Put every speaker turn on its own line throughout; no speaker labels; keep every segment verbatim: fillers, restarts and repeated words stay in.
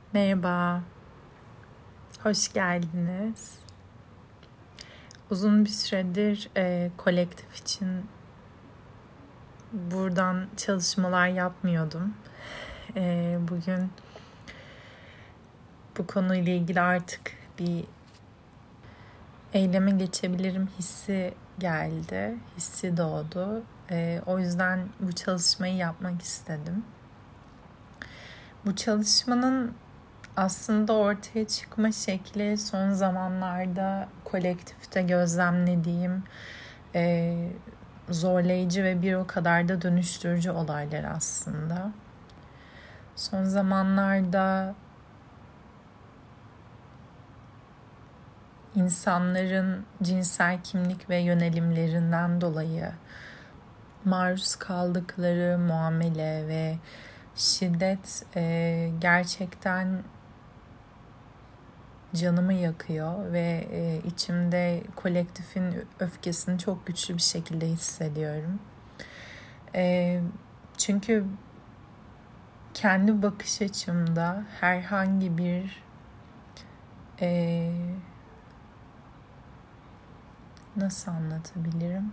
Merhaba, hoş geldiniz. Uzun bir süredir e, kolektif için buradan çalışmalar yapmıyordum. E, bugün bu konuyla ilgili artık bir eyleme geçebilirim hissi geldi, hissi doğdu. E, o yüzden bu çalışmayı yapmak istedim. Bu çalışmanın aslında ortaya çıkma şekli son zamanlarda kolektifte gözlemlediğim e, zorlayıcı ve bir o kadar da dönüştürücü olaylar aslında. Son zamanlarda insanların cinsel kimlik ve yönelimlerinden dolayı maruz kaldıkları muamele ve şiddet e, gerçekten canımı yakıyor ve e, içimde kolektifin öfkesini çok güçlü bir şekilde hissediyorum. E, çünkü kendi bakış açımda herhangi bir e, nasıl anlatabilirim?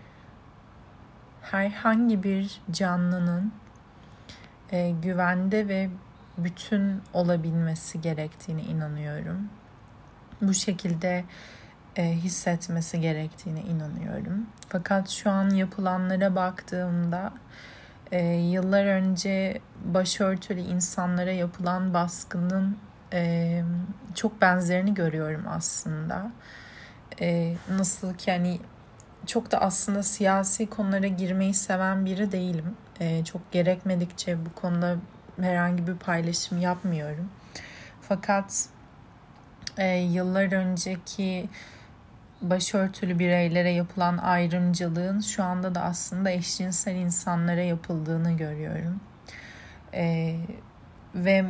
Herhangi bir canlının e, güvende ve bütün olabilmesi gerektiğine inanıyorum. Bu şekilde e, hissetmesi gerektiğine inanıyorum. Fakat şu an yapılanlara baktığımda e, yıllar önce başörtülü insanlara yapılan baskının e, çok benzerini görüyorum aslında. E, nasıl ki hani çok da aslında siyasi konulara girmeyi seven biri değilim. E, çok gerekmedikçe bu konuda herhangi bir paylaşım yapmıyorum. Fakat e, yıllar önceki başörtülü bireylere yapılan ayrımcılığın şu anda da aslında eşcinsel insanlara yapıldığını görüyorum. E, ve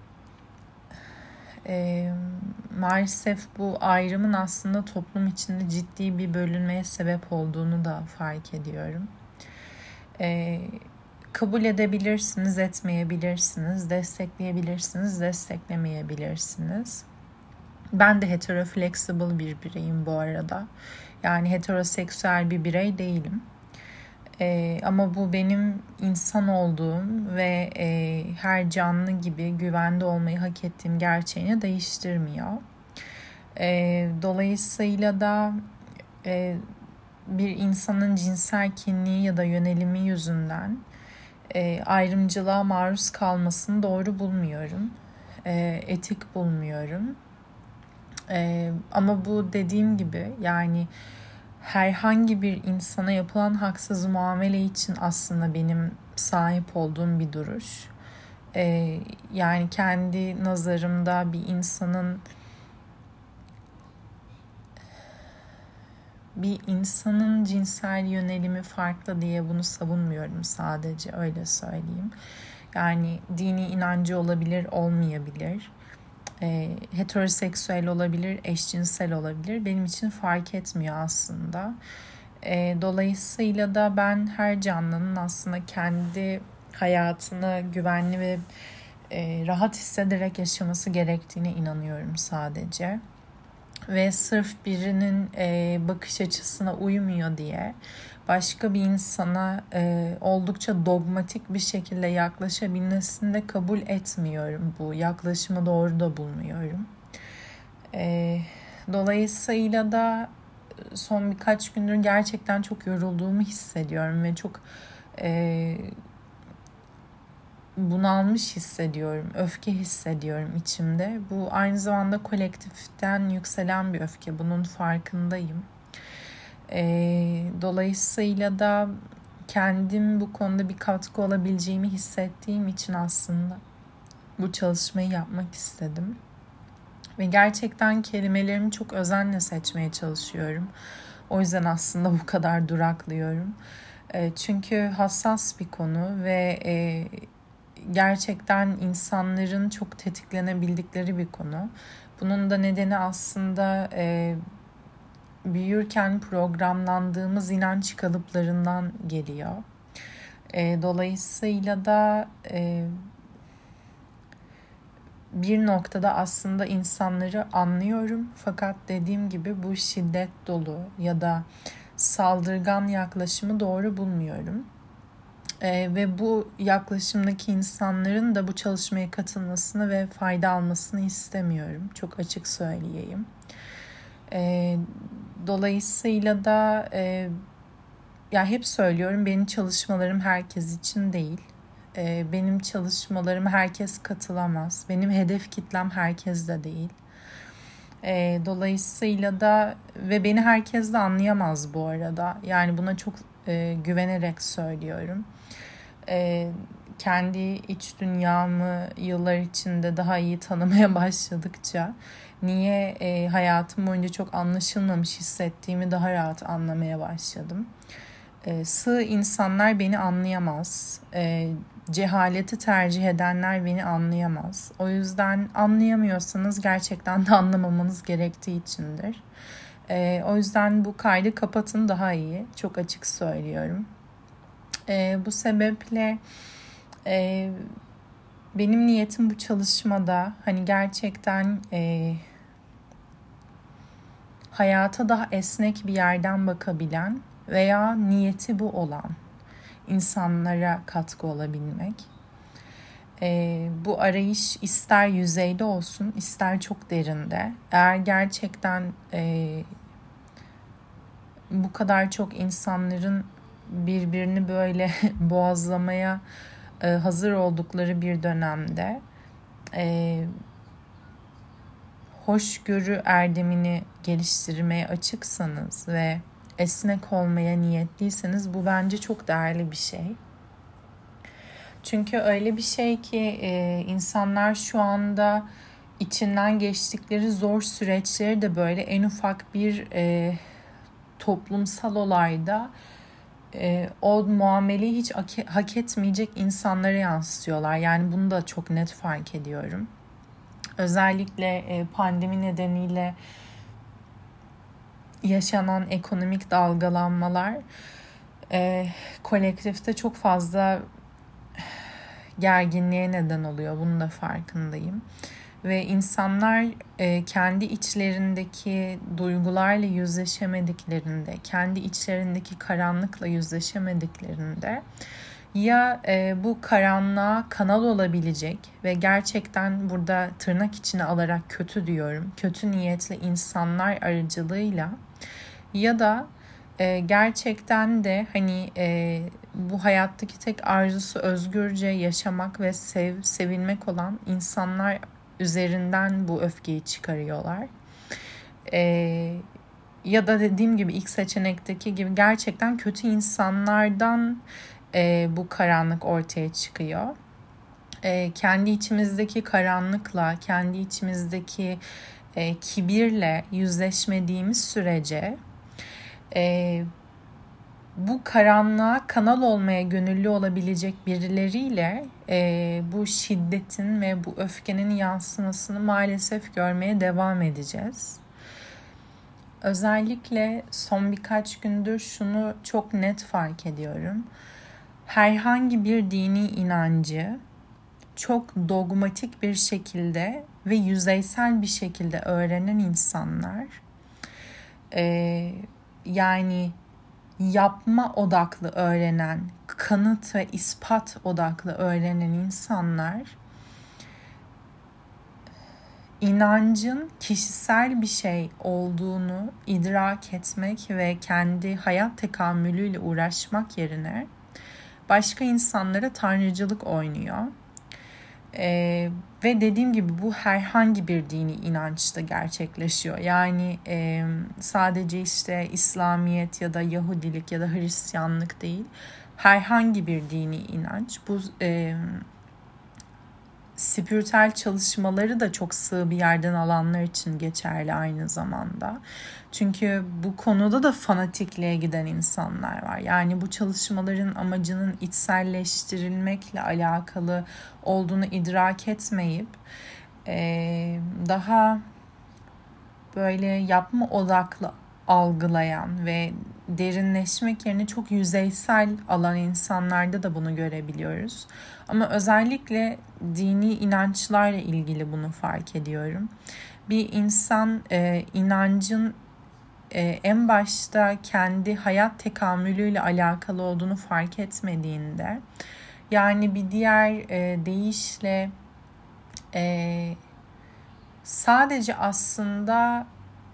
e, maalesef bu ayrımın aslında toplum içinde ciddi bir bölünmeye sebep olduğunu da fark ediyorum. E, kabul edebilirsiniz, etmeyebilirsiniz, destekleyebilirsiniz, desteklemeyebilirsiniz. Ben de heteroflexible bir bireyim bu arada. Yani heteroseksüel bir birey değilim. Ee, ama bu benim insan olduğum ve e, her canlı gibi güvende olmayı hak ettiğim gerçeğini değiştirmiyor. Ee, dolayısıyla da e, bir insanın cinsel kimliği ya da yönelimi yüzünden e, ayrımcılığa maruz kalmasını doğru bulmuyorum. E, etik bulmuyorum. Ee, ama bu dediğim gibi yani herhangi bir insana yapılan haksız muamele için aslında benim sahip olduğum bir duruş. Ee, yani kendi nazarımda bir insanın bir insanın cinsel yönelimi farklı diye bunu savunmuyorum, sadece öyle söyleyeyim. Yani dini inancı olabilir, olmayabilir. E, heteroseksüel olabilir, eşcinsel olabilir. Benim için fark etmiyor aslında. E, dolayısıyla da ben her canlının aslında kendi hayatını güvenli ve e, rahat hissederek yaşaması gerektiğine inanıyorum sadece. Ve sırf birinin e, bakış açısına uymuyor diye başka bir insana e, oldukça dogmatik bir şekilde yaklaşabilmesini de kabul etmiyorum. Bu yaklaşımı doğru da bulmuyorum. E, dolayısıyla da son birkaç gündür gerçekten çok yorulduğumu hissediyorum ve çok e, bunalmış hissediyorum, öfke hissediyorum içimde. Bu aynı zamanda kolektiften yükselen bir öfke, bunun farkındayım. E, dolayısıyla da kendim bu konuda bir katkı olabileceğimi hissettiğim için aslında bu çalışmayı yapmak istedim. Ve gerçekten kelimelerimi çok özenle seçmeye çalışıyorum. O yüzden aslında bu kadar duraklıyorum. E, çünkü hassas bir konu ve e, gerçekten insanların çok tetiklenebildikleri bir konu. Bunun da nedeni aslında e, büyürken programlandığımız inanç kalıplarından geliyor. E, dolayısıyla da e, bir noktada aslında insanları anlıyorum. Fakat dediğim gibi bu şiddet dolu ya da saldırgan yaklaşımı doğru bulmuyorum. Ee, ve bu yaklaşımdaki insanların da bu çalışmaya katılmasını ve fayda almasını istemiyorum. Çok açık söyleyeyim. Ee, dolayısıyla da e, ya hep söylüyorum, benim çalışmalarım herkes için değil. Ee, benim çalışmalarıma herkes katılamaz. Benim hedef kitlem herkes de değil. Ee, dolayısıyla da ve beni herkes de anlayamaz bu arada. Yani buna çok e, güvenerek söylüyorum. E, kendi iç dünyamı yıllar içinde daha iyi tanımaya başladıkça niye e, hayatım boyunca çok anlaşılmamış hissettiğimi daha rahat anlamaya başladım. E, sığ insanlar beni anlayamaz. E, cehaleti tercih edenler beni anlayamaz. O yüzden anlayamıyorsanız gerçekten de anlamamanız gerektiği içindir. E, o yüzden bu kaydı kapatın, daha iyi. Çok açık söylüyorum. E, bu sebeple e, benim niyetim bu çalışmada hani gerçekten e, hayata daha esnek bir yerden bakabilen veya niyeti bu olan insanlara katkı olabilmek. E, bu arayış ister yüzeyde olsun, ister çok derinde. Eğer gerçekten e, bu kadar çok insanların birbirini böyle boğazlamaya e, hazır oldukları bir dönemde e, hoşgörü erdemini geliştirmeye açıksanız ve esnek olmaya niyetliyseniz bu bence çok değerli bir şey. Çünkü öyle bir şey ki e, insanlar şu anda içinden geçtikleri zor süreçleri de böyle en ufak bir e, toplumsal olayda e, o muameleyi hiç hak etmeyecek insanlara yansıtıyorlar. Yani bunu da çok net fark ediyorum. Özellikle e, pandemi nedeniyle yaşanan ekonomik dalgalanmalar e, kolektifte çok fazla gerginliğe neden oluyor. Bunun da farkındayım. Ve insanlar e, kendi içlerindeki duygularla yüzleşemediklerinde, kendi içlerindeki karanlıkla yüzleşemediklerinde ya e, bu karanlığa kanal olabilecek ve gerçekten burada tırnak içine alarak kötü diyorum, kötü niyetli insanlar aracılığıyla ya da e, gerçekten de hani e, bu hayattaki tek arzusu özgürce yaşamak ve sev, sevilmek olan insanlar üzerinden bu öfkeyi çıkarıyorlar. Ee, ya da dediğim gibi ilk seçenekteki gibi gerçekten kötü insanlardan e, bu karanlık ortaya çıkıyor. E, kendi içimizdeki karanlıkla, kendi içimizdeki e, kibirle yüzleşmediğimiz sürece e, bu karanlığa kanal olmaya gönüllü olabilecek birileriyle e, bu şiddetin ve bu öfkenin yansımasını maalesef görmeye devam edeceğiz. Özellikle son birkaç gündür şunu çok net fark ediyorum. Herhangi bir dini inancı çok dogmatik bir şekilde ve yüzeysel bir şekilde öğrenen insanlar, e, yani yapma odaklı öğrenen, kanıt ve ispat odaklı öğrenen insanlar inancın kişisel bir şey olduğunu idrak etmek ve kendi hayat tekamülüyle uğraşmak yerine başka insanlara tanrıcılık oynuyor. Ee, ve dediğim gibi bu herhangi bir dini inançta gerçekleşiyor. Yani e, sadece işte İslamiyet ya da Yahudilik ya da Hristiyanlık değil. Herhangi bir dini inanç. Bu e, spiritüel çalışmaları da çok sığ bir yerden alanlar için geçerli aynı zamanda. Çünkü bu konuda da fanatikliğe giden insanlar var. Yani bu çalışmaların amacının içselleştirilmekle alakalı olduğunu idrak etmeyip daha böyle yapma odaklı algılayan ve derinleşmek yerine çok yüzeysel alan insanlarda da bunu görebiliyoruz. Ama özellikle dini inançlarla ilgili bunu fark ediyorum. Bir insan e, inancın e, en başta kendi hayat tekamülüyle alakalı olduğunu fark etmediğinde, yani bir diğer e, deyişle e, sadece aslında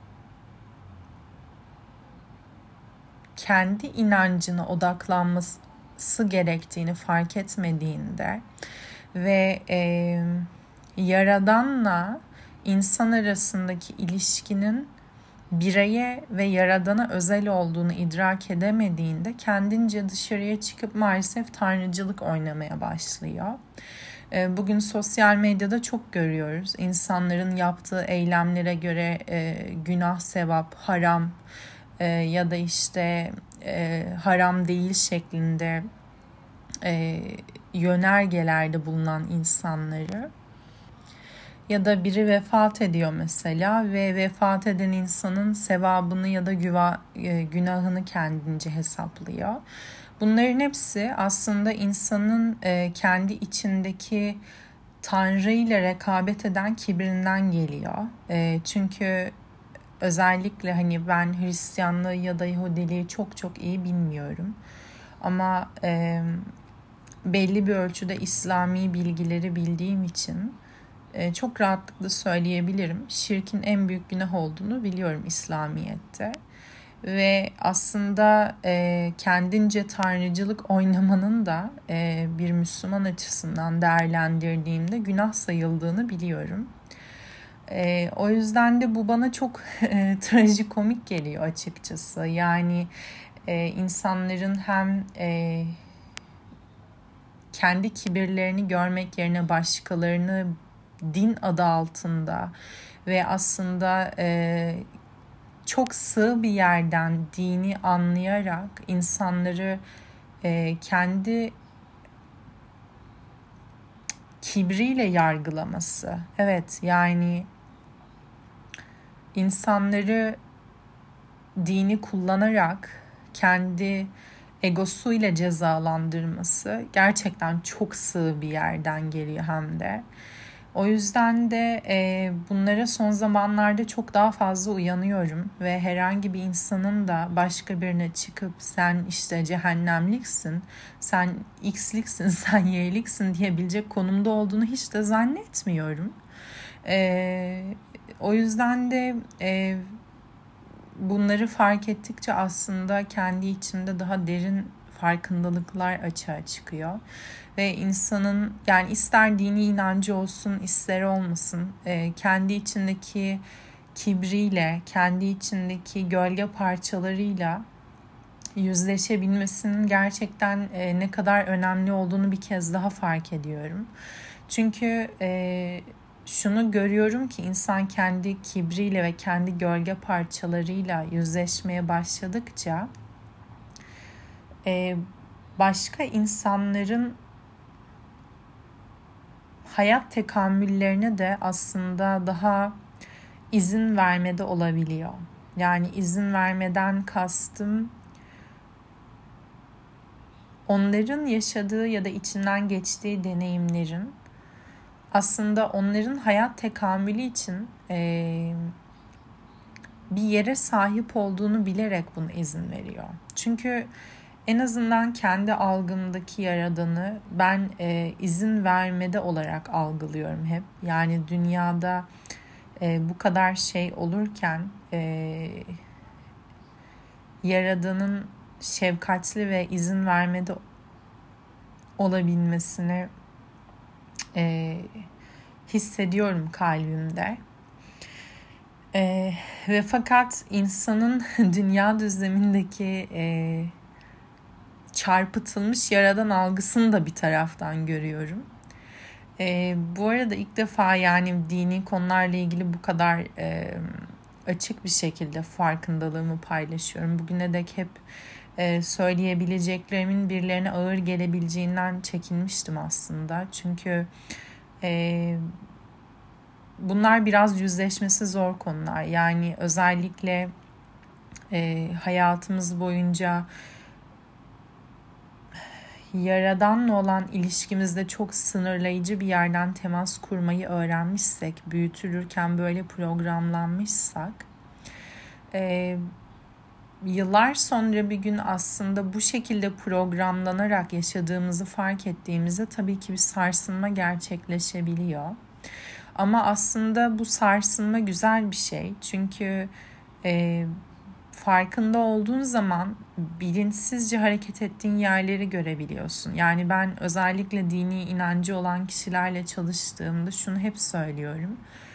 kendi inancına odaklanması gerektiğini fark etmediğinde ve e, Yaradan'la insan arasındaki ilişkinin bireye ve Yaradan'a özel olduğunu idrak edemediğinde kendince dışarıya çıkıp maalesef tanrıcılık oynamaya başlıyor. Bugün sosyal medyada çok görüyoruz. İnsanların yaptığı eylemlere göre e, günah, sevap, haram e, ya da işte e, haram değil şeklinde e, yönergelerde bulunan insanları. Ya da biri vefat ediyor mesela ve vefat eden insanın sevabını ya da güva, e, günahını kendince hesaplıyor. Bunların hepsi aslında insanın e, kendi içindeki Tanrı ile rekabet eden kibrinden geliyor. E, çünkü özellikle hani ben Hristiyanlığı ya da Yahudiliği çok çok iyi bilmiyorum. Ama e, belli bir ölçüde İslami bilgileri bildiğim için e, çok rahatlıkla söyleyebilirim. Şirkin en büyük günah olduğunu biliyorum İslamiyet'te. Ve aslında e, kendince tanrıcılık oynamanın da e, bir Müslüman açısından değerlendirdiğimde günah sayıldığını biliyorum. E, o yüzden de bu bana çok e, trajikomik geliyor açıkçası. Yani e, insanların hem e, kendi kibirlerini görmek yerine başkalarını din adı altında ve aslında e, çok sığ bir yerden dini anlayarak insanları e, kendi kibriyle yargılaması. Evet, yani insanları dini kullanarak kendi egosuyla cezalandırması gerçekten çok sığ bir yerden geliyor hem de. O yüzden de e, bunlara son zamanlarda çok daha fazla uyanıyorum ve herhangi bir insanın da başka birine çıkıp sen işte cehennemliksin, sen X'liksin, sen Y'liksin diyebilecek konumda olduğunu hiç de zannetmiyorum. E, o yüzden de e, bunları fark ettikçe aslında kendi içimde daha derin farkındalıklar açığa çıkıyor. Ve insanın yani ister dini inancı olsun ister olmasın e, kendi içindeki kibriyle, kendi içindeki gölge parçalarıyla yüzleşebilmesinin gerçekten e, ne kadar önemli olduğunu bir kez daha fark ediyorum. Çünkü e, şunu görüyorum ki insan kendi kibriyle ve kendi gölge parçalarıyla yüzleşmeye başladıkça e, başka insanların hayat tekamüllerine de aslında daha izin vermede olabiliyor. Yani izin vermeden kastım onların yaşadığı ya da içinden geçtiği deneyimlerin aslında onların hayat tekamülü için e, bir yere sahip olduğunu bilerek buna izin veriyor. Çünkü en azından kendi algımdaki Yaradan'ı ben e, izin vermede olarak algılıyorum hep. Yani dünyada e, bu kadar şey olurken e, Yaradan'ın şefkatli ve izin vermede olabilmesini e, hissediyorum kalbimde. E, ve fakat insanın dünya düzlemindeki e, çarpıtılmış Yaradan algısını da bir taraftan görüyorum. E, bu arada ilk defa yani dini konularla ilgili bu kadar e, açık bir şekilde farkındalığımı paylaşıyorum. Bugüne dek hep e, söyleyebileceklerimin birilerine ağır gelebileceğinden çekinmiştim aslında. Çünkü e, bunlar biraz yüzleşmesi zor konular. Yani özellikle e, hayatımız boyunca Yaradan'la olan ilişkimizde çok sınırlayıcı bir yerden temas kurmayı öğrenmişsek, büyütülürken böyle programlanmışsak, e, yıllar sonra bir gün aslında bu şekilde programlanarak yaşadığımızı fark ettiğimizde tabii ki bir sarsılma gerçekleşebiliyor. Ama aslında bu sarsılma güzel bir şey. Çünkü e, farkında olduğun zaman bilinçsizce hareket ettiğin yerleri görebiliyorsun. Yani ben özellikle dini inancı olan kişilerle çalıştığımda şunu hep söylüyorum.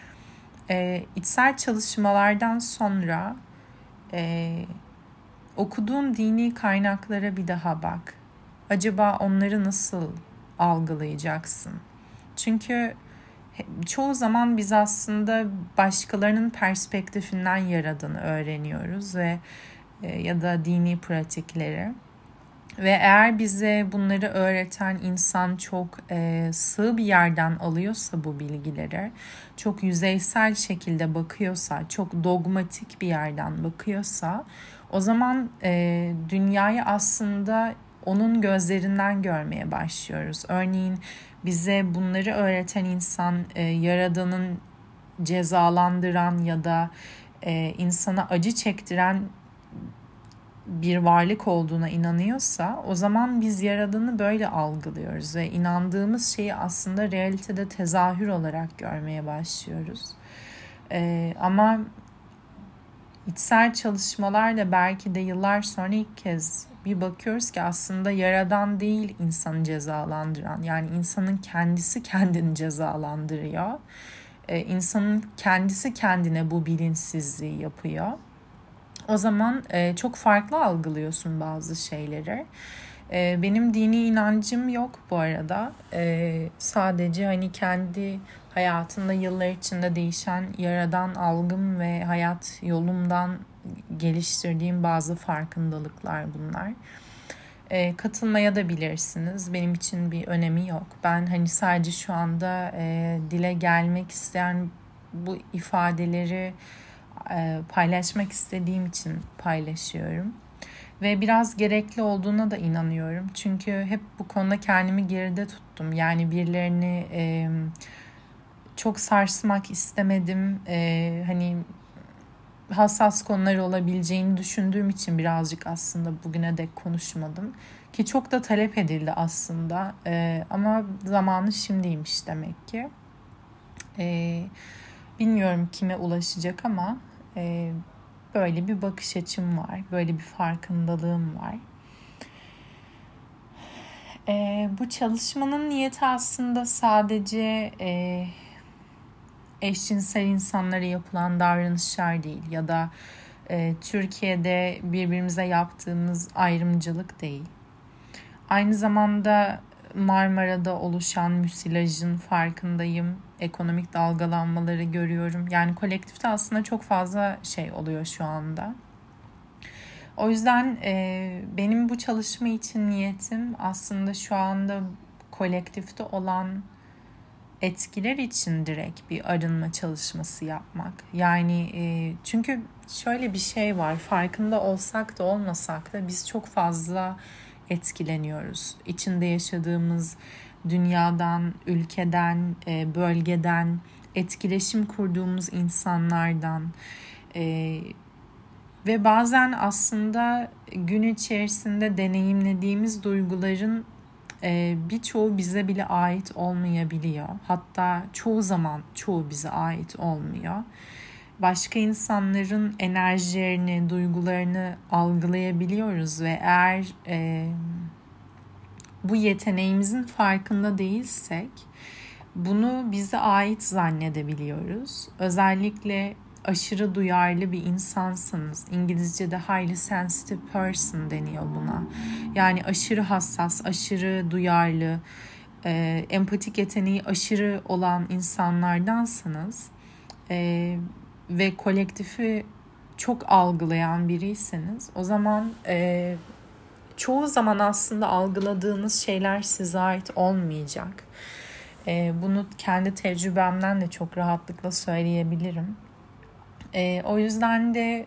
E, içsel çalışmalardan sonra e, okuduğun dini kaynaklara bir daha bak. Acaba onları nasıl algılayacaksın? Çünkü çoğu zaman biz aslında başkalarının perspektifinden Yaradan'ı öğreniyoruz ve ya da dini pratikleri. Ve eğer bize bunları öğreten insan çok e, sığ bir yerden alıyorsa bu bilgileri, çok yüzeysel şekilde bakıyorsa, çok dogmatik bir yerden bakıyorsa, o zaman e, dünyayı aslında onun gözlerinden görmeye başlıyoruz. Örneğin bize bunları öğreten insan e, Yaradan'ın cezalandıran ya da e, insana acı çektiren bir varlık olduğuna inanıyorsa, o zaman biz Yaradan'ı böyle algılıyoruz ve inandığımız şeyi aslında realitede tezahür olarak görmeye başlıyoruz. Ee, ama içsel çalışmalarla belki de yıllar sonra ilk kez bir bakıyoruz ki aslında Yaradan değil insanı cezalandıran, yani insanın kendisi kendini cezalandırıyor. Ee, insanın kendisi kendine bu bilinçsizliği yapıyor. O zaman e, çok farklı algılıyorsun bazı şeyleri. E, benim dini inancım yok bu arada. E, sadece hani kendi hayatımda yıllar içinde değişen Yaradan algım ve hayat yolumdan geliştirdiğim bazı farkındalıklar bunlar. E, katılmaya da bilirsiniz. Benim için bir önemi yok. Ben hani sadece şu anda e, dile gelmek isteyen bu ifadeleri paylaşmak istediğim için paylaşıyorum. Ve biraz gerekli olduğuna da inanıyorum. Çünkü hep bu konuda kendimi geride tuttum. Yani birilerini e, çok sarsmak istemedim. E, hani hassas konular olabileceğini düşündüğüm için birazcık aslında bugüne dek konuşmadım. Ki çok da talep edildi aslında. E, ama zamanı şimdiymiş demek ki. E, bilmiyorum kime ulaşacak ama e, böyle bir bakış açım var. Böyle bir farkındalığım var. E, bu çalışmanın niyeti aslında sadece e, eşcinsel insanlara yapılan davranışlar değil ya da e, Türkiye'de birbirimize yaptığımız ayrımcılık değil. Aynı zamanda Marmara'da oluşan müsilajın farkındayım. Ekonomik dalgalanmaları görüyorum. Yani kolektifte aslında çok fazla şey oluyor şu anda. O yüzden e, benim bu çalışma için niyetim aslında şu anda kolektifte olan etkiler için direkt bir arınma çalışması yapmak. Yani e, çünkü şöyle bir şey var. Farkında olsak da olmasak da biz çok fazla etkileniyoruz. İçinde yaşadığımız dünyadan, ülkeden, e, bölgeden, etkileşim kurduğumuz insanlardan e, ve bazen aslında gün içerisinde deneyimlediğimiz duyguların e, birçoğu bize bile ait olmayabiliyor. Hatta çoğu zaman çoğu bize ait olmuyor. Başka insanların enerjilerini, duygularını algılayabiliyoruz ve eğer e, bu yeteneğimizin farkında değilsek bunu bize ait zannedebiliyoruz. Özellikle aşırı duyarlı bir insansanız, İngilizce'de highly sensitive person deniyor buna. Yani aşırı hassas, aşırı duyarlı, e, empatik yeteneği aşırı olan insanlardansanız e, ve kolektifi çok algılayan biriyseniz, o zaman e, çoğu zaman aslında algıladığınız şeyler size ait olmayacak. E, bunu kendi tecrübemden de çok rahatlıkla söyleyebilirim. E, o yüzden de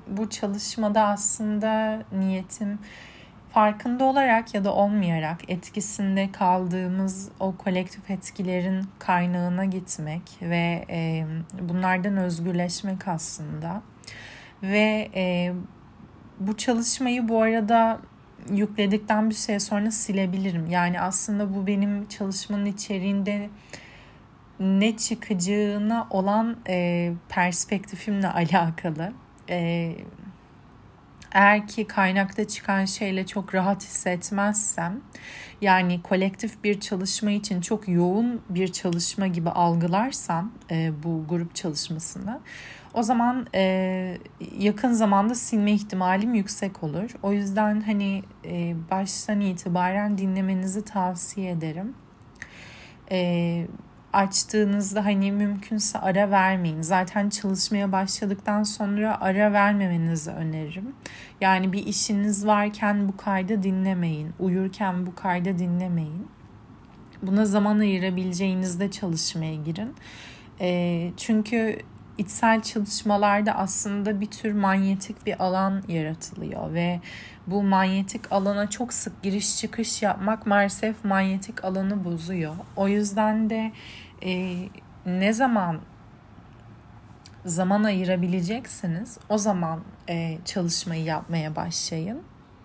bu çalışmada aslında niyetim farkında olarak ya da olmayarak etkisinde kaldığımız o kolektif etkilerin kaynağına gitmek ve e, bunlardan özgürleşmek aslında. Ve e, bu çalışmayı bu arada yükledikten bir süre sonra silebilirim. Yani aslında bu benim çalışmanın içeriğinde ne çıkacağına olan e, perspektifimle alakalı. E, eğer ki kaynakta çıkan şeyle çok rahat hissetmezsem, yani kolektif bir çalışma için çok yoğun bir çalışma gibi algılarsam e, bu grup çalışmasını, o zaman e, yakın zamanda silme ihtimalim yüksek olur. O yüzden hani e, baştan itibaren dinlemenizi tavsiye ederim. E, açtığınızda hani mümkünse ara vermeyin. Zaten çalışmaya başladıktan sonra ara vermemenizi öneririm. Yani bir işiniz varken bu kaydı dinlemeyin. Uyurken bu kaydı dinlemeyin. Buna zaman ayırabileceğinizde çalışmaya girin. E, çünkü içsel çalışmalarda aslında bir tür manyetik bir alan yaratılıyor ve bu manyetik alana çok sık giriş çıkış yapmak maalesef manyetik alanı bozuyor. O yüzden de e, ne zaman zaman ayırabileceksiniz, o zaman e, çalışmayı yapmaya başlayın.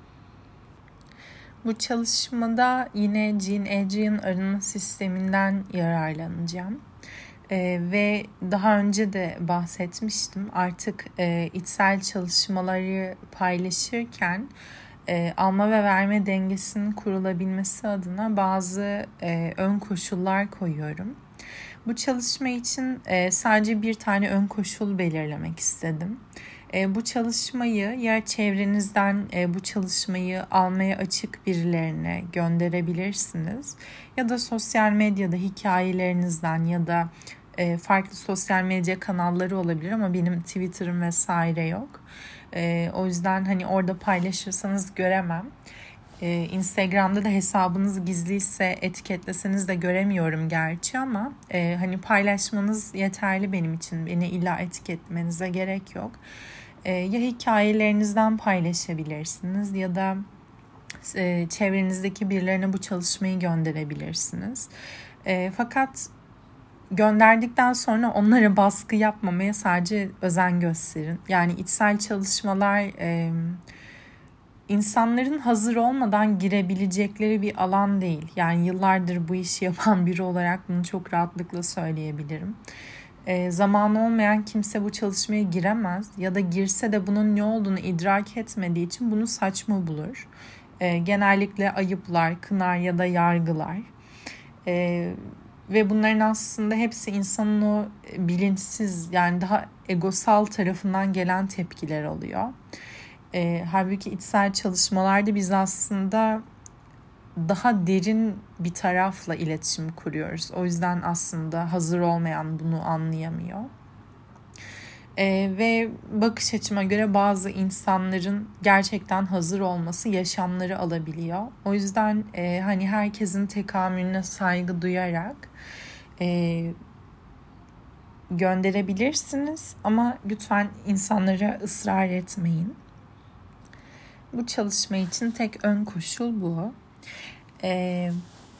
Bu çalışmada yine Jean-Adrian arınma sisteminden yararlanacağım. Ee, ve daha önce de bahsetmiştim, artık e, içsel çalışmaları paylaşırken e, alma ve verme dengesinin kurulabilmesi adına bazı e, ön koşullar koyuyorum. Bu çalışma için e, sadece bir tane ön koşul belirlemek istedim. E, bu çalışmayı ya çevrenizden e, bu çalışmayı almaya açık birilerine gönderebilirsiniz ya da sosyal medyada hikayelerinizden ya da e, farklı sosyal medya kanalları olabilir ama benim Twitter'ım vesaire yok. E, o yüzden hani orada paylaşırsanız göremem. Ee, Instagram'da da hesabınız gizliyse etiketleseniz de göremiyorum gerçi ama e, hani paylaşmanız yeterli benim için. Beni illa etiketmenize gerek yok. E, ya hikayelerinizden paylaşabilirsiniz ya da e, çevrenizdeki birilerine bu çalışmayı gönderebilirsiniz. E, fakat gönderdikten sonra onlara baskı yapmamaya sadece özen gösterin. Yani içsel çalışmalar E, İnsanların hazır olmadan girebilecekleri bir alan değil. Yani yıllardır bu işi yapan biri olarak bunu çok rahatlıkla söyleyebilirim. E, zamanı olmayan kimse bu çalışmaya giremez ya da girse de bunun ne olduğunu idrak etmediği için bunu saçma bulur. E, genellikle ayıplar, kınar ya da yargılar. E, ve bunların aslında hepsi insanın o bilinçsiz, yani daha egosal tarafından gelen tepkiler oluyor. E, halbuki içsel çalışmalarda biz aslında daha derin bir tarafla iletişim kuruyoruz. O yüzden aslında hazır olmayan bunu anlayamıyor. E, ve bakış açıma göre bazı insanların gerçekten hazır olması yaşamları alabiliyor. O yüzden e, hani herkesin tekamülüne saygı duyarak e, gönderebilirsiniz ama lütfen insanlara ısrar etmeyin. Bu çalışma için tek ön koşul bu. Ee,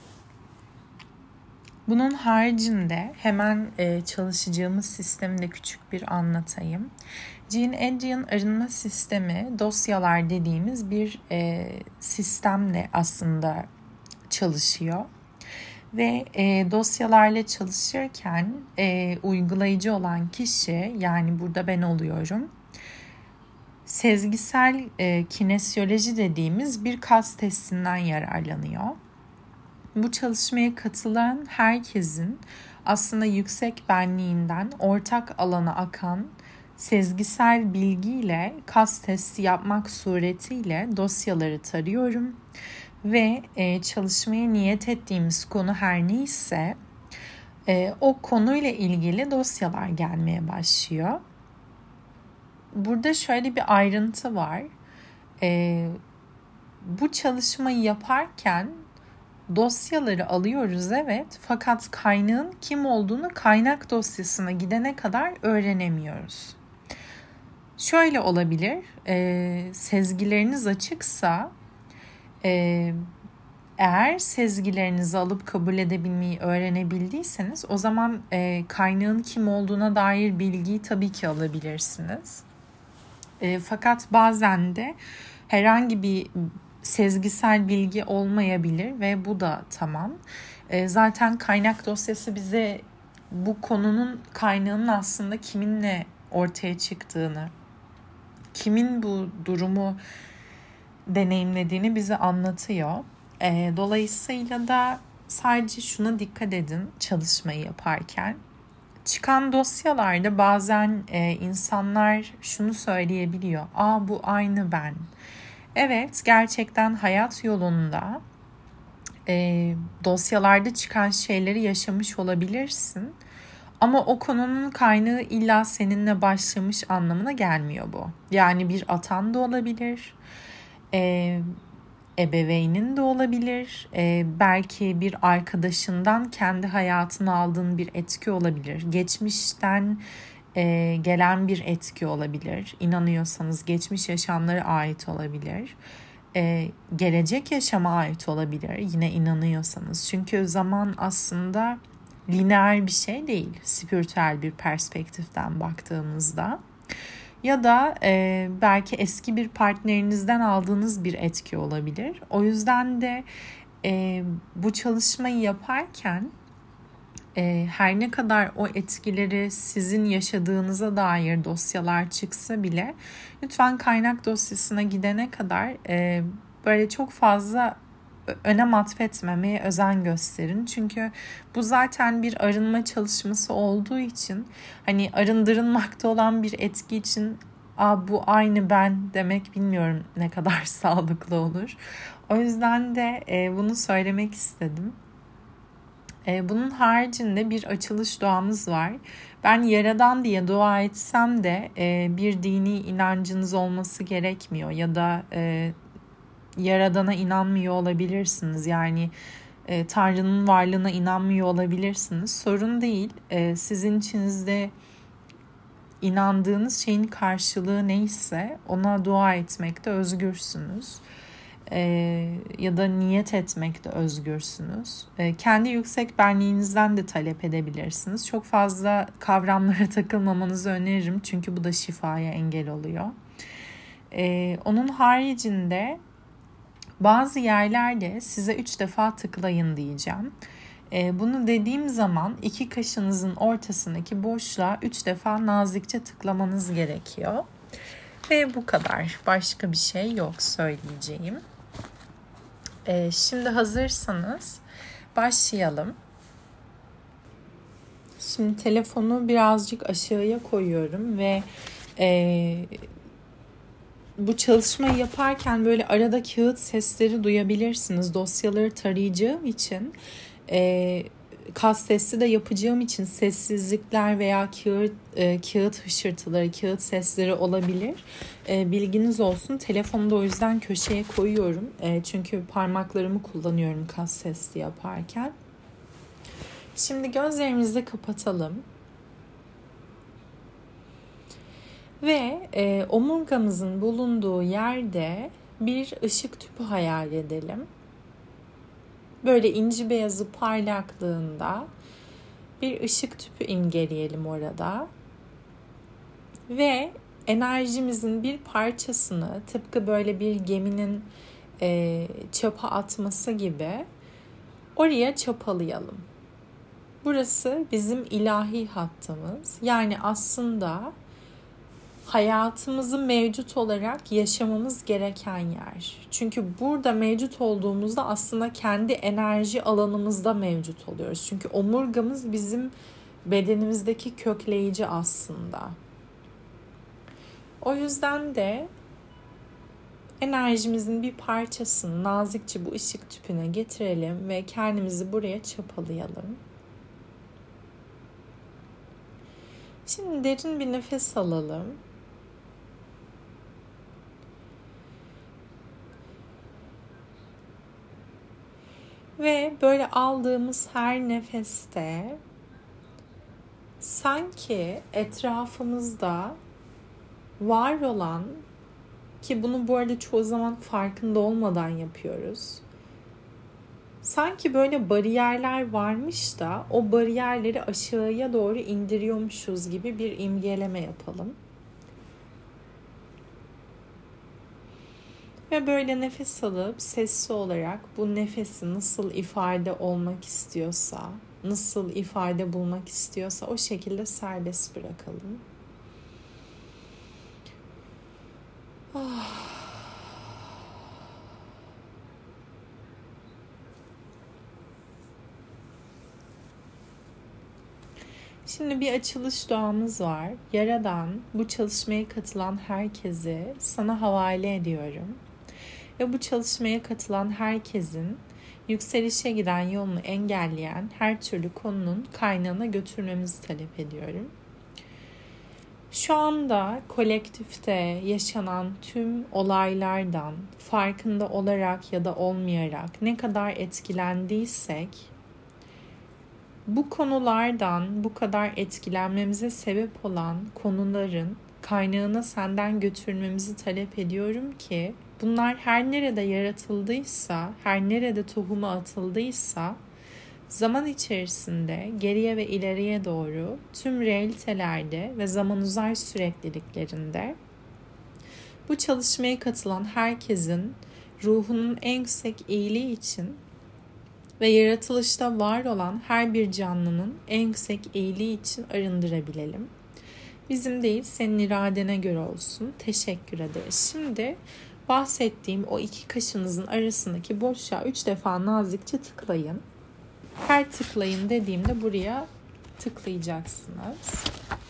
bunun haricinde hemen e, çalışacağımız sistemi de küçük bir anlatayım. Jean-Adrian arınma sistemi dosyalar dediğimiz bir e, sistemle aslında çalışıyor. Ve e, dosyalarla çalışırken e, uygulayıcı olan kişi, yani burada ben oluyorum, sezgisel e, kinesyoloji dediğimiz bir kas testinden yararlanıyor. Bu çalışmaya katılan herkesin aslında yüksek benliğinden ortak alana akan sezgisel bilgiyle kas testi yapmak suretiyle dosyaları tarıyorum ve e, çalışmaya niyet ettiğimiz konu her neyse e, o konuyla ilgili dosyalar gelmeye başlıyor. Burada şöyle bir ayrıntı var. Ee, bu çalışmayı yaparken dosyaları alıyoruz, evet. Fakat kaynağın kim olduğunu kaynak dosyasına gidene kadar öğrenemiyoruz. Şöyle olabilir, e, sezgileriniz açıksa, e, eğer sezgilerinizi alıp kabul edebilmeyi öğrenebildiyseniz o zaman e, kaynağın kim olduğuna dair bilgiyi tabii ki alabilirsiniz. E, fakat bazen de herhangi bir sezgisel bilgi olmayabilir ve bu da tamam. E, zaten kaynak dosyası bize bu konunun kaynağının aslında kiminle ortaya çıktığını, kimin bu durumu deneyimlediğini bize anlatıyor. E, dolayısıyla da sadece şuna dikkat edin çalışmayı yaparken. Çıkan dosyalarda bazen e, insanlar şunu söyleyebiliyor. Aa, bu aynı ben. Evet, gerçekten hayat yolunda e, dosyalarda çıkan şeyleri yaşamış olabilirsin. Ama o konunun kaynağı illa seninle başlamış anlamına gelmiyor bu. Yani bir atan da olabilir, e, ebeveynin de olabilir, e, belki bir arkadaşından kendi hayatına aldığın bir etki olabilir. Geçmişten e, gelen bir etki olabilir. İnanıyorsanız geçmiş yaşamlara ait olabilir. E, gelecek yaşama ait olabilir yine inanıyorsanız. Çünkü zaman aslında lineer bir şey değil, spiritüel bir perspektiften baktığımızda. Ya da e, belki eski bir partnerinizden aldığınız bir etki olabilir. O yüzden de e, bu çalışmayı yaparken e, her ne kadar o etkileri sizin yaşadığınıza dair dosyalar çıksa bile lütfen kaynak dosyasına gidene kadar e, böyle çok fazla önem atfetmemeye özen gösterin. Çünkü bu zaten bir arınma çalışması olduğu için hani arındırılmakta olan bir etki için Aa, bu aynı ben demek bilmiyorum ne kadar sağlıklı olur. O yüzden de e, bunu söylemek istedim. E, bunun haricinde bir açılış duamız var. Ben Yaradan diye dua etsem de e, bir dini inancınız olması gerekmiyor ya da e, Yaradan'a inanmıyor olabilirsiniz. Yani e, Tanrı'nın varlığına inanmıyor olabilirsiniz. Sorun değil. E, sizin içinizde inandığınız şeyin karşılığı neyse ona dua etmekte özgürsünüz. E, ya da niyet etmekte özgürsünüz. E, kendi yüksek benliğinizden de talep edebilirsiniz. Çok fazla kavramlara takılmamanızı öneririm. Çünkü bu da şifaya engel oluyor. E, onun haricinde bazı yerlerde size üç defa tıklayın diyeceğim. Bunu dediğim zaman iki kaşınızın ortasındaki boşluğa üç defa nazikçe tıklamanız gerekiyor. Ve bu kadar. Başka bir şey yok söyleyeceğim. Şimdi hazırsanız başlayalım. Şimdi telefonu birazcık aşağıya koyuyorum ve e, bu çalışmayı yaparken böyle arada kağıt sesleri duyabilirsiniz. Dosyaları tarayacağım için, e, kas sesi de yapacağım için sessizlikler veya kağıt, e, kağıt hışırtıları, kağıt sesleri olabilir. E, bilginiz olsun. Telefonu da o yüzden köşeye koyuyorum. E, çünkü parmaklarımı kullanıyorum kas sesi yaparken. Şimdi gözlerimizi kapatalım. Ve e, omurgamızın bulunduğu yerde bir ışık tüpü hayal edelim. Böyle inci beyazı parlaklığında bir ışık tüpü imgeleyelim orada. Ve enerjimizin bir parçasını tıpkı böyle bir geminin e, çapa atması gibi oraya çapalayalım. Burası bizim ilahi hattımız. Yani aslında hayatımızı mevcut olarak yaşamamız gereken yer. Çünkü burada mevcut olduğumuzda aslında kendi enerji alanımızda mevcut oluyoruz. Çünkü omurgamız bizim bedenimizdeki kökleyici aslında. O yüzden de enerjimizin bir parçasını nazikçe bu ışık tüpüne getirelim ve kendimizi buraya çapalayalım. Şimdi derin bir nefes alalım. Ve böyle aldığımız her nefeste sanki etrafımızda var olan, ki bunu bu arada çoğu zaman farkında olmadan yapıyoruz. Sanki böyle bariyerler varmış da o bariyerleri aşağıya doğru indiriyormuşuz gibi bir imgeleme yapalım. Ve böyle nefes alıp sessiz olarak bu nefesi nasıl ifade olmak istiyorsa, nasıl ifade bulmak istiyorsa o şekilde serbest bırakalım. Ah. Şimdi bir açılış duamız var. Yaradan, bu çalışmaya katılan herkesi sana havale ediyorum. Ve bu çalışmaya katılan herkesin yükselişe giden yolunu engelleyen her türlü konunun kaynağına götürmemizi talep ediyorum. Şu anda kolektifte yaşanan tüm olaylardan farkında olarak ya da olmayarak ne kadar etkilendiysek, bu konulardan bu kadar etkilenmemize sebep olan konuların kaynağına senden götürmemizi talep ediyorum ki bunlar her nerede yaratıldıysa, her nerede tohuma atıldıysa zaman içerisinde geriye ve ileriye doğru tüm realitelerde ve zaman uzay sürekliliklerinde bu çalışmaya katılan herkesin ruhunun en yüksek iyiliği için ve yaratılışta var olan her bir canlının en yüksek iyiliği için arındırabilelim. Bizim değil, senin iradene göre olsun. Teşekkür ederiz. Şimdi bahsettiğim o iki kaşınızın arasındaki boşluğa üç defa nazikçe tıklayın. Her tıklayın dediğimde buraya tıklayacaksınız.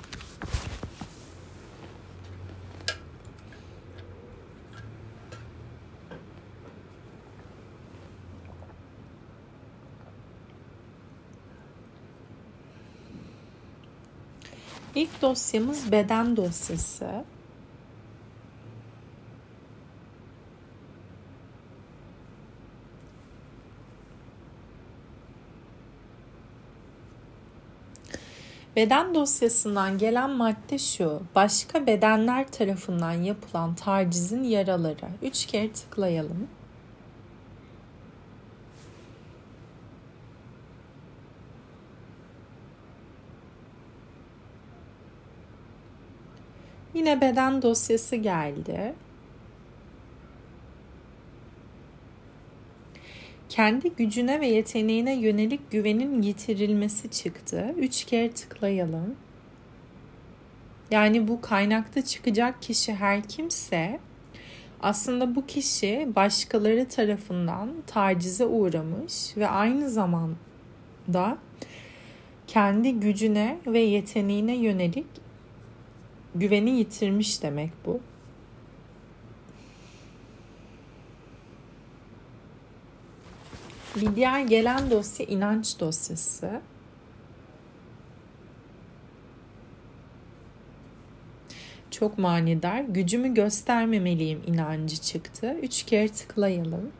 İlk dosyamız beden dosyası. Beden dosyasından gelen madde şu: başka bedenler tarafından yapılan tacizin yaraları. Üç kere tıklayalım. Yine beden dosyası geldi. Kendi gücüne ve yeteneğine yönelik güvenin yitirilmesi çıktı. Üç kere tıklayalım. Yani bu kaynakta çıkacak kişi her kimse, aslında bu kişi başkaları tarafından tacize uğramış ve aynı zamanda kendi gücüne ve yeteneğine yönelik güveni yitirmiş demek bu. Bir diğer gelen dosya inanç dosyası. Çok manidar. Gücümü göstermemeliyim inancı çıktı. Üç kere tıklayalım.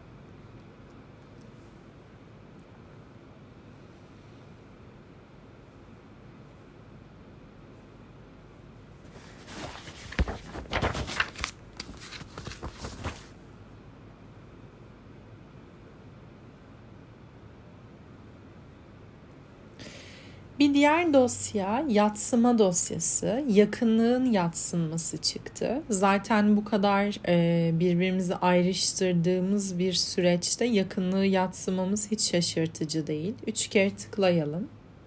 Bir diğer dosya yatsıma dosyası. Yakınlığın yatsınması çıktı. Zaten bu kadar e, birbirimizi ayrıştırdığımız bir süreçte yakınlığı yatsımamız hiç şaşırtıcı değil. Üç kere tıklayalım.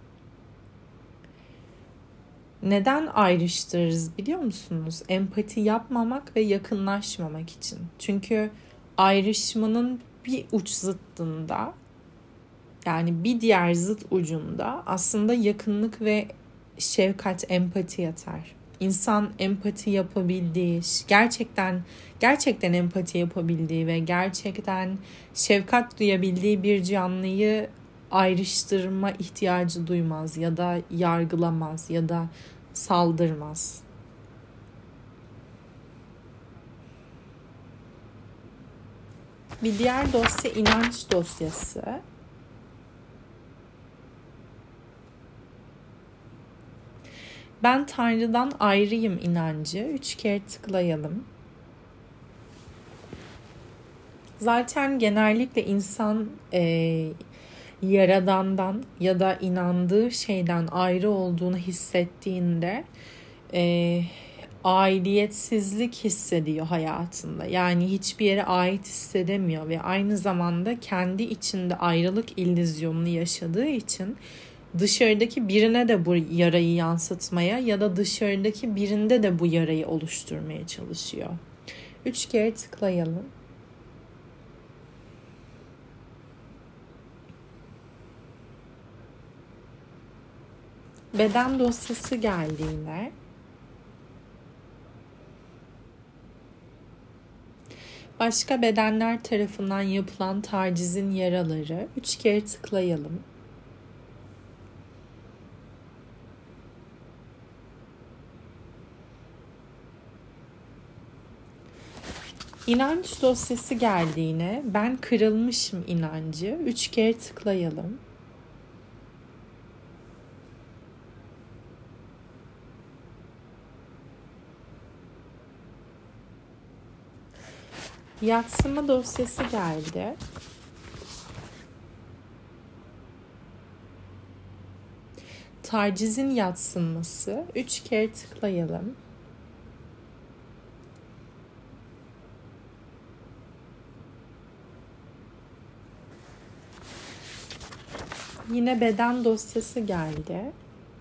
Neden ayrıştırırız biliyor musunuz? Empati yapmamak ve yakınlaşmamak için. Çünkü ayrışmanın bir uç zıttında, yani bir diğer zıt ucunda aslında yakınlık ve şefkat, empati yatar. İnsan empati yapabildiği, gerçekten gerçekten empati yapabildiği ve gerçekten şefkat duyabildiği bir canlıyı ayrıştırma ihtiyacı duymaz ya da yargılamaz ya da saldırmaz. Bir diğer dosya inanç dosyası. Ben Tanrı'dan ayrıyım inancı. Üç kere tıklayalım. Zaten genellikle insan e, Yaradan'dan ya da inandığı şeyden ayrı olduğunu hissettiğinde e, aidiyetsizlik hissediyor hayatında. Yani hiçbir yere ait hissedemiyor ve aynı zamanda kendi içinde ayrılık illüzyonunu yaşadığı için dışarıdaki birine de bu yarayı yansıtmaya ya da dışarıdaki birinde de bu yarayı oluşturmaya çalışıyor. Üç kere tıklayalım. Beden dosyası geldi yine. Başka bedenler tarafından yapılan tacizin yaraları. Üç kere tıklayalım. İnanç dosyası geldi yine. Ben kırılmışım inancı. Üç kere tıklayalım. Yatsıma dosyası geldi. Tacizin yatsınması. Üç kere tıklayalım. Yine beden dosyası geldi.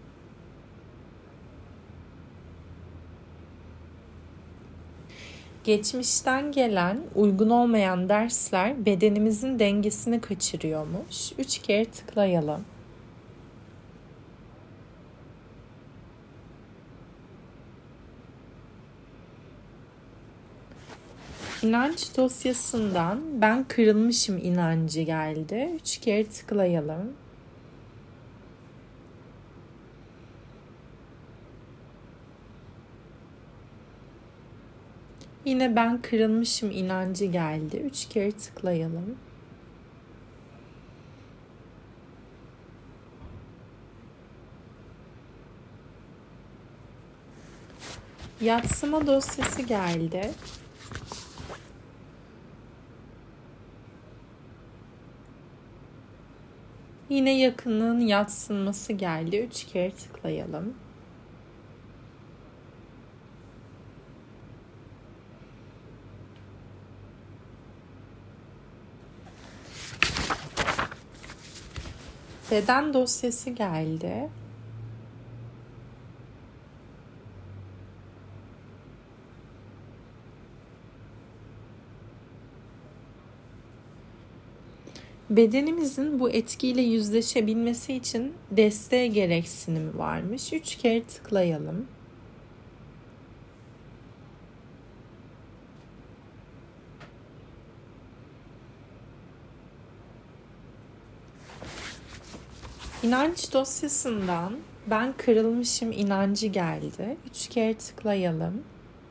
Geçmişten gelen uygun olmayan dersler bedenimizin dengesini kaçırıyormuş. Üç kere tıklayalım. İnanç dosyasından ben kırılmışım inancı geldi. Üç kere tıklayalım. Yine ben kırılmışım inancı geldi. Üç kere tıklayalım. Yatsıma dosyası geldi. Yine yakınlığın yatsınması geldi. Üç kere tıklayalım. Beden dosyası geldi. Bedenimizin bu etkiyle yüzleşebilmesi için desteğe gereksinimi varmış. Üç kere tıklayalım. İnanç dosyasından ben kırılmışım inancı geldi. Üç kere tıklayalım.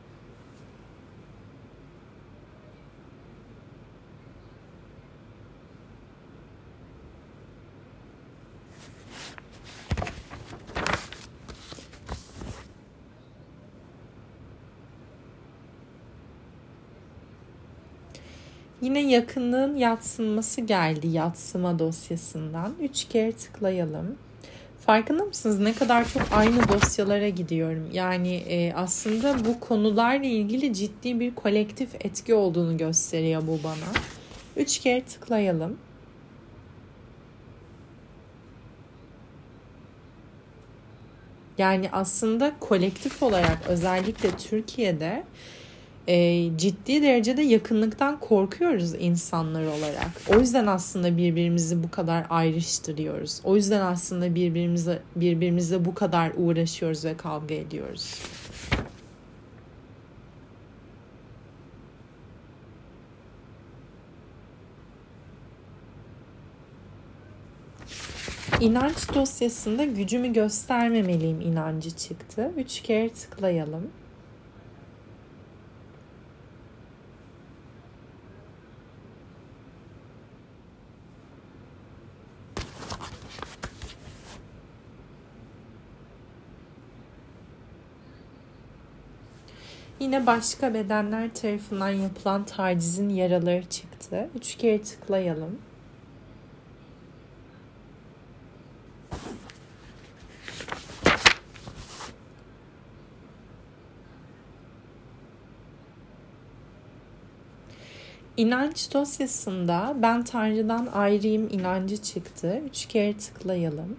Yine yakınlığın yatsınması geldi yatsıma dosyasından. Üç kere tıklayalım. Farkında mısınız ne kadar çok aynı dosyalara gidiyorum? Yani e, aslında bu konularla ilgili ciddi bir kolektif etki olduğunu gösteriyor bu bana. Üç kere tıklayalım. Yani aslında kolektif olarak özellikle Türkiye'de e, ciddi derecede yakınlıktan korkuyoruz insanlar olarak. O yüzden aslında birbirimizi bu kadar ayrıştırıyoruz. O yüzden aslında birbirimize birbirimizle bu kadar uğraşıyoruz ve kavga ediyoruz. İnanç dosyasında gücümü göstermemeliyim inancı çıktı. Üç kere tıklayalım. Yine başka bedenler tarafından yapılan tacizin yaraları çıktı. Üç kere tıklayalım. İnanç dosyasında ben Tanrı'dan ayrıyım inancı çıktı. Üç kere tıklayalım.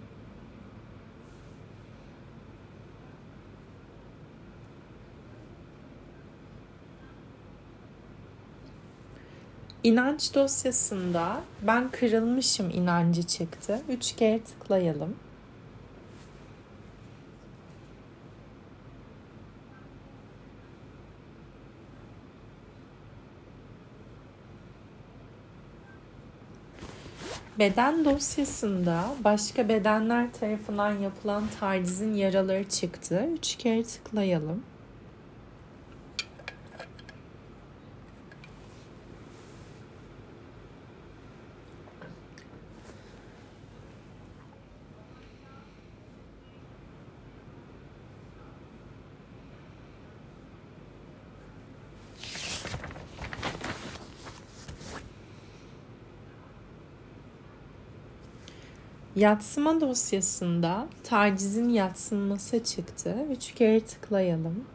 İnanç dosyasında ben kırılmışım inancı çıktı. Üç kere tıklayalım. Beden dosyasında başka bedenler tarafından yapılan tacizin yaraları çıktı. Üç kere tıklayalım. Yatsıma dosyasında tacizin yatsınması çıktı. Üç kere tıklayalım.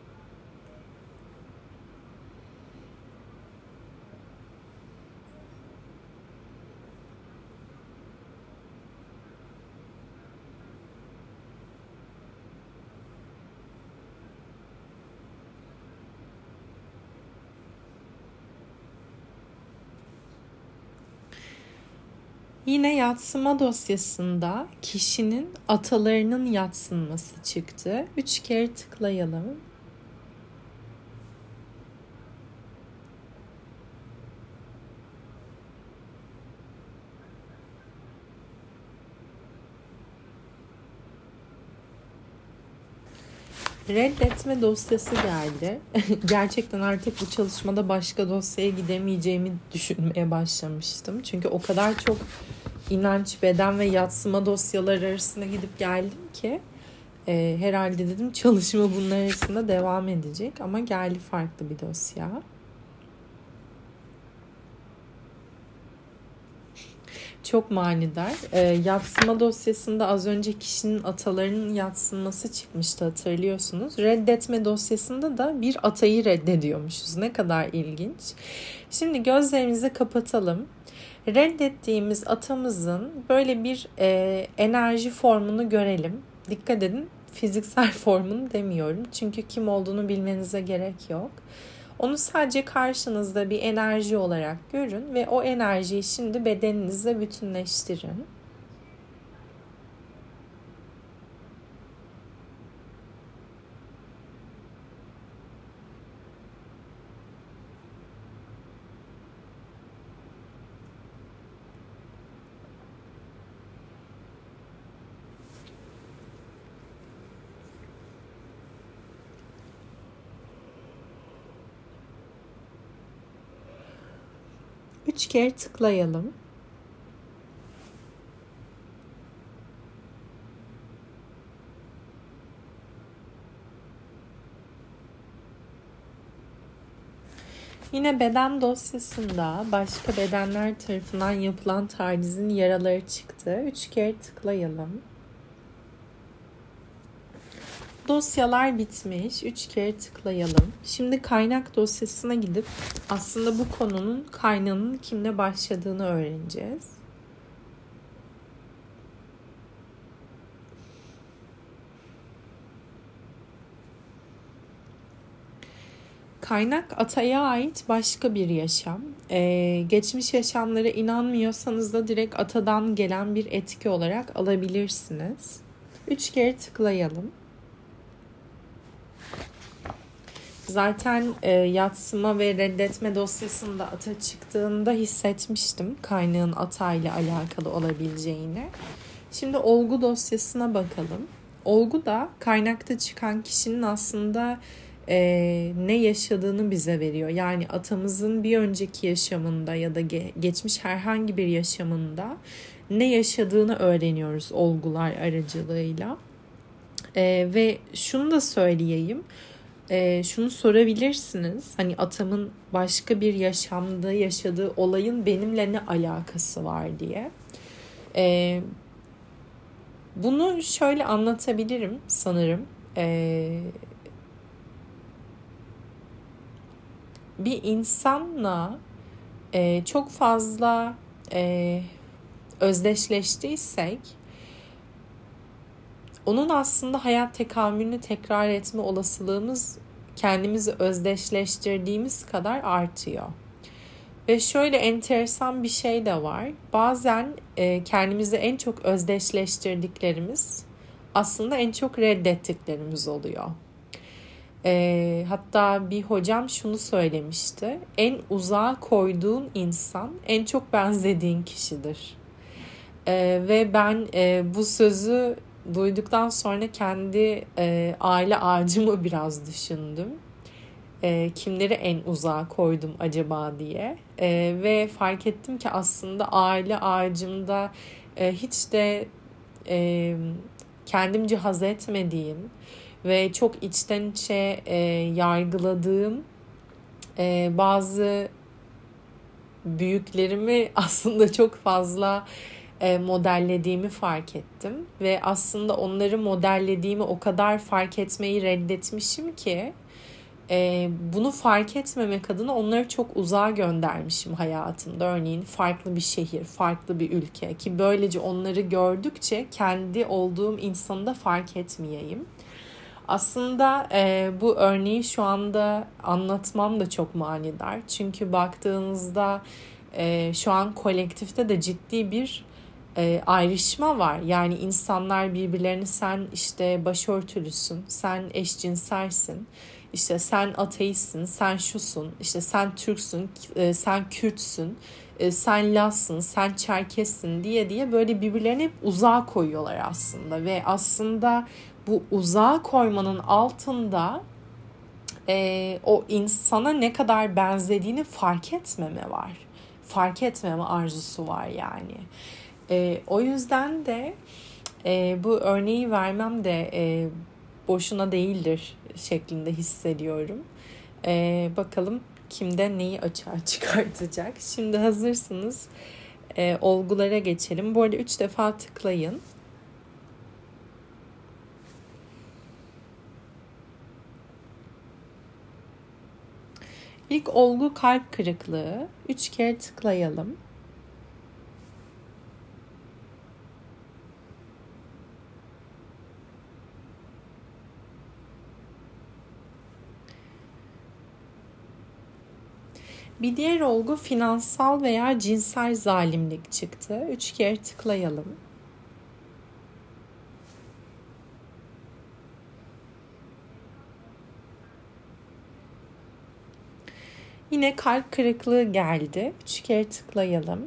Yine yatsıma dosyasında kişinin atalarının yatsınması çıktı. Üç kere tıklayalım. Reddetme dosyası geldi. Gerçekten artık bu çalışmada başka dosyaya gidemeyeceğimi düşünmeye başlamıştım. Çünkü o kadar çok inanç, beden ve yatsıma dosyaları arasında gidip geldim ki e, herhalde dedim çalışma bunlar arasında devam edecek. Ama geldi farklı bir dosya. Çok manidar. E, yatsıma dosyasında az önce kişinin atalarının yatsınması çıkmıştı, hatırlıyorsunuz. Reddetme dosyasında da bir atayı reddediyormuşuz. Ne kadar ilginç. Şimdi gözlerimizi kapatalım. Reddettiğimiz atamızın böyle bir e, enerji formunu görelim. Dikkat edin, fiziksel formunu demiyorum. Çünkü kim olduğunu bilmenize gerek yok. Onu sadece karşınızda bir enerji olarak görün ve o enerjiyi şimdi bedeninizle bütünleştirin. Üç kere tıklayalım. Yine beden dosyasında başka bedenler tarafından yapılan tacizin yaraları çıktı. Üç kere tıklayalım. Dosyalar bitmiş. Üç kere tıklayalım. Şimdi kaynak dosyasına gidip aslında bu konunun kaynağının kimle başladığını öğreneceğiz. Kaynak ataya ait başka bir yaşam. Ee, geçmiş yaşamlara inanmıyorsanız da direkt atadan gelen bir etki olarak alabilirsiniz. Üç kere tıklayalım. Zaten e, yatsıma ve reddetme dosyasında ata çıktığında hissetmiştim kaynağın atayla alakalı olabileceğini. Şimdi olgu dosyasına bakalım. Olgu da kaynakta çıkan kişinin aslında e, ne yaşadığını bize veriyor. Yani atamızın bir önceki yaşamında ya da ge- geçmiş herhangi bir yaşamında ne yaşadığını öğreniyoruz olgular aracılığıyla. E, ve şunu da söyleyeyim. e, şunu sorabilirsiniz. Hani atamın başka bir yaşamda yaşadığı olayın benimle ne alakası var diye. E, bunu şöyle anlatabilirim sanırım. E, bir insanla e, çok fazla e, özdeşleştiysek onun aslında hayat tekamülünü tekrar etme olasılığımız kendimizi özdeşleştirdiğimiz kadar artıyor. Ve şöyle enteresan bir şey de var. Bazen e, kendimizi en çok özdeşleştirdiklerimiz aslında en çok reddettiklerimiz oluyor. E, hatta bir hocam şunu söylemişti. En uzağa koyduğun insan en çok benzediğin kişidir. E, ve ben e, bu sözü duyduktan sonra kendi e, aile ağacımı biraz düşündüm. E, kimleri en uzağa koydum acaba diye. E, ve fark ettim ki aslında aile ağacımda e, hiç de e, kendimce haz etmediğim ve çok içten içe e, yargıladığım e, bazı büyüklerimi aslında çok fazla e, modellediğimi fark ettim. Ve aslında onları modellediğimi o kadar fark etmeyi reddetmişim ki e, bunu fark etmemek adına onları çok uzağa göndermişim hayatımda. Örneğin farklı bir şehir, farklı bir ülke ki böylece onları gördükçe kendi olduğum insanı da fark etmeyeyim. Aslında e, bu örneği şu anda anlatmam da çok manidar. Çünkü baktığınızda e, şu an kolektifte de ciddi bir e, ayrışma var. Yani insanlar birbirlerini sen işte başörtülüsün, sen eşcinselsin, işte sen ateistsin, sen şusun, işte sen Türksün, e, sen Kürtsün, e, sen Lazsın, sen Çerkessin diye diye böyle birbirlerini hep uzağa koyuyorlar aslında. Ve aslında bu uzağa koymanın altında e, o insana ne kadar benzediğini fark etmeme var. Fark etmeme arzusu var yani. E, o yüzden de e, bu örneği vermem de e, boşuna değildir şeklinde hissediyorum. E, bakalım kimde neyi açığa çıkartacak. Şimdi hazırsınız e, olgulara geçelim. Bu arada üç defa tıklayın. İlk olgu kalp kırıklığı. Üç kere tıklayalım. Bir diğer olgu finansal veya cinsel zalimlik çıktı. Üç kere tıklayalım. Yine kalp kırıklığı geldi. Üç kere tıklayalım.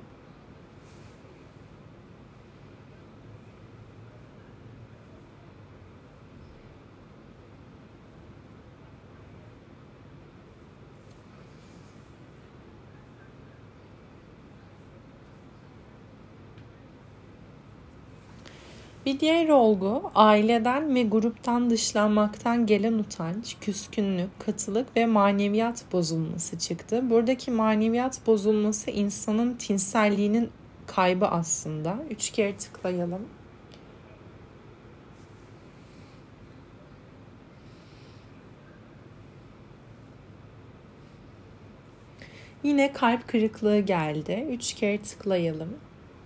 Bir diğer olgu aileden ve gruptan dışlanmaktan gelen utanç, küskünlük, katılık ve maneviyat bozulması çıktı. Buradaki maneviyat bozulması insanın tinselliğinin kaybı aslında. Üç kere tıklayalım. Yine kalp kırıklığı geldi. Üç kere tıklayalım.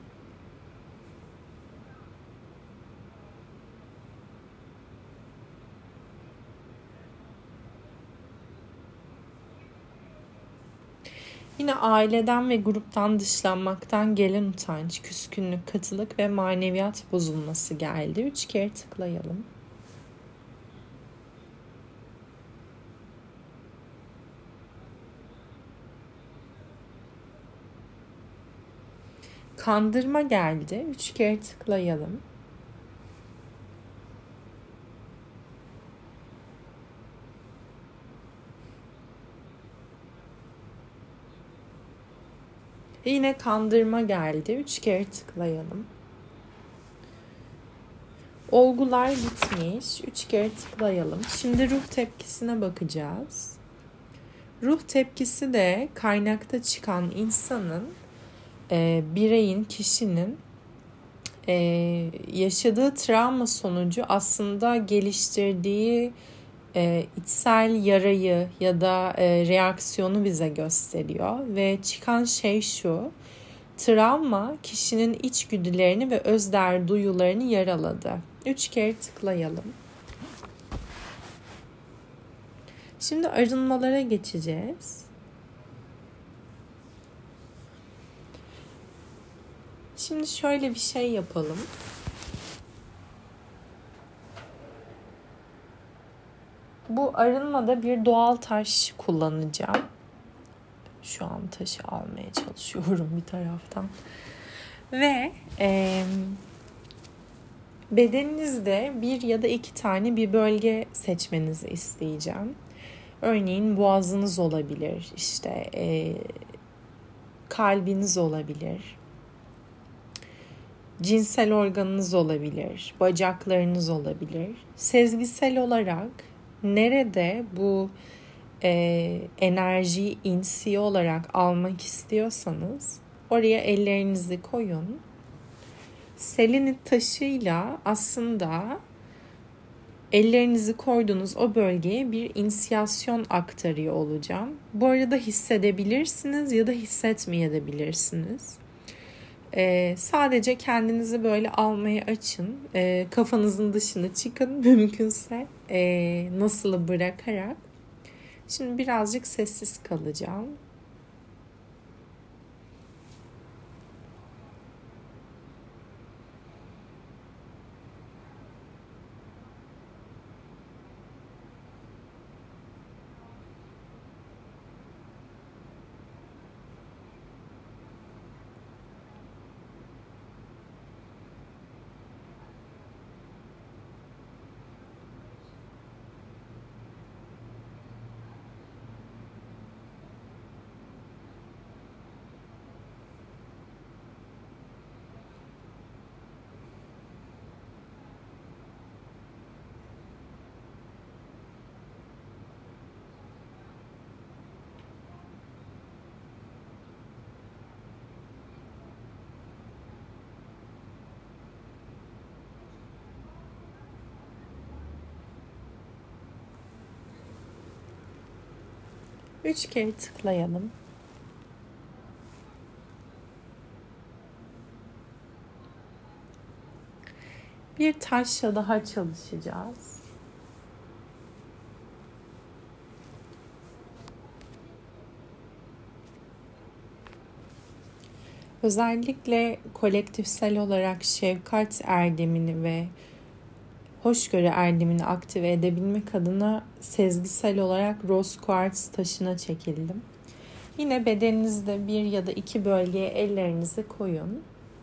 Yine aileden ve gruptan dışlanmaktan gelen utanç, küskünlük, katılık ve maneviyat bozulması geldi. Üç kere tıklayalım. Kandırma geldi. Üç kere tıklayalım. Ve yine kandırma geldi. Üç kere tıklayalım. Olgular bitmiş. Üç kere tıklayalım. Şimdi ruh tepkisine bakacağız. Ruh tepkisi de kaynakta çıkan insanın, e, bireyin, kişinin e, yaşadığı travma sonucu aslında geliştirdiği e, içsel yarayı ya da e, reaksiyonu bize gösteriyor. Ve çıkan şey şu: travma kişinin içgüdülerini ve özdeğer duyularını yaraladı. Üç kere tıklayalım. Şimdi arınmalara geçeceğiz. Şimdi şöyle bir şey yapalım. Bu arınmada bir doğal taş kullanacağım. Şu an taşı almaya çalışıyorum bir taraftan. Ve e, bedeninizde bir ya da iki tane bir bölge seçmenizi isteyeceğim. Örneğin boğazınız olabilir, işte e, kalbiniz olabilir, cinsel organınız olabilir, bacaklarınız olabilir. Sezgisel olarak nerede bu e, enerjiyi insi olarak almak istiyorsanız oraya ellerinizi koyun. Selenit taşıyla aslında ellerinizi koyduğunuz o bölgeye bir inisiyasyon aktarıyor olacağım. Bu arada hissedebilirsiniz ya da hissetmeyebilirsiniz. Ee, sadece kendinizi böyle almaya açın. Ee, kafanızın dışına çıkın mümkünse. Ee, nasıl bırakarak. Şimdi birazcık sessiz kalacağım. Üç kere tıklayalım. Bir taşla daha çalışacağız. Özellikle kolektifsel olarak şefkat erdemini ve hoşgörü erdemini aktive edebilmek adına sezgisel olarak rose quartz taşına çekildim. Yine bedeninizde bir ya da iki bölgeye ellerinizi koyun.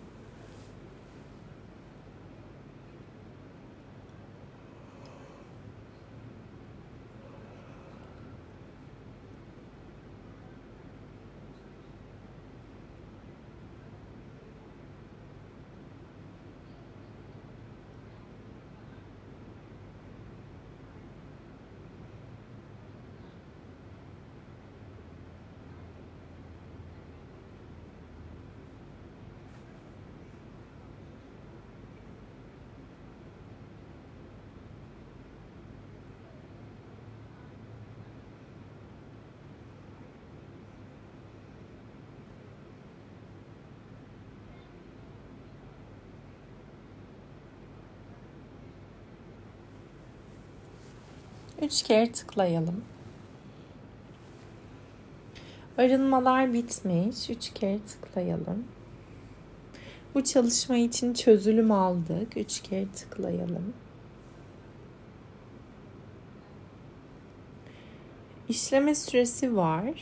Üç kere tıklayalım. Arınmalar bitmiş. Üç kere tıklayalım. Bu çalışma için çözülüm aldık. Üç kere tıklayalım. İşleme süresi var.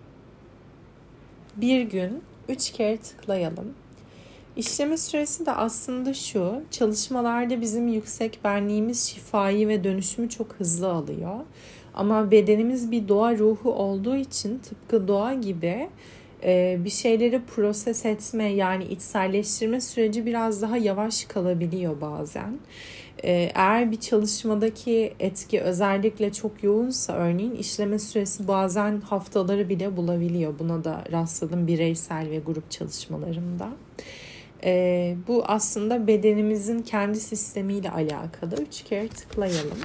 Bir gün. Üç kere tıklayalım. İşleme süresi de aslında şu: çalışmalarda bizim yüksek benliğimiz şifayı ve dönüşümü çok hızlı alıyor. Ama bedenimiz bir doğa ruhu olduğu için tıpkı doğa gibi bir şeyleri proses etme, yani içselleştirme süreci biraz daha yavaş kalabiliyor bazen. Ee, eğer bir çalışmadaki etki özellikle çok yoğunsa örneğin işleme süresi bazen haftaları bile bulabiliyor. Buna da rastladım bireysel ve grup çalışmalarımda. Ee, bu aslında bedenimizin kendi sistemiyle alakalı. Üç kere tıklayalım.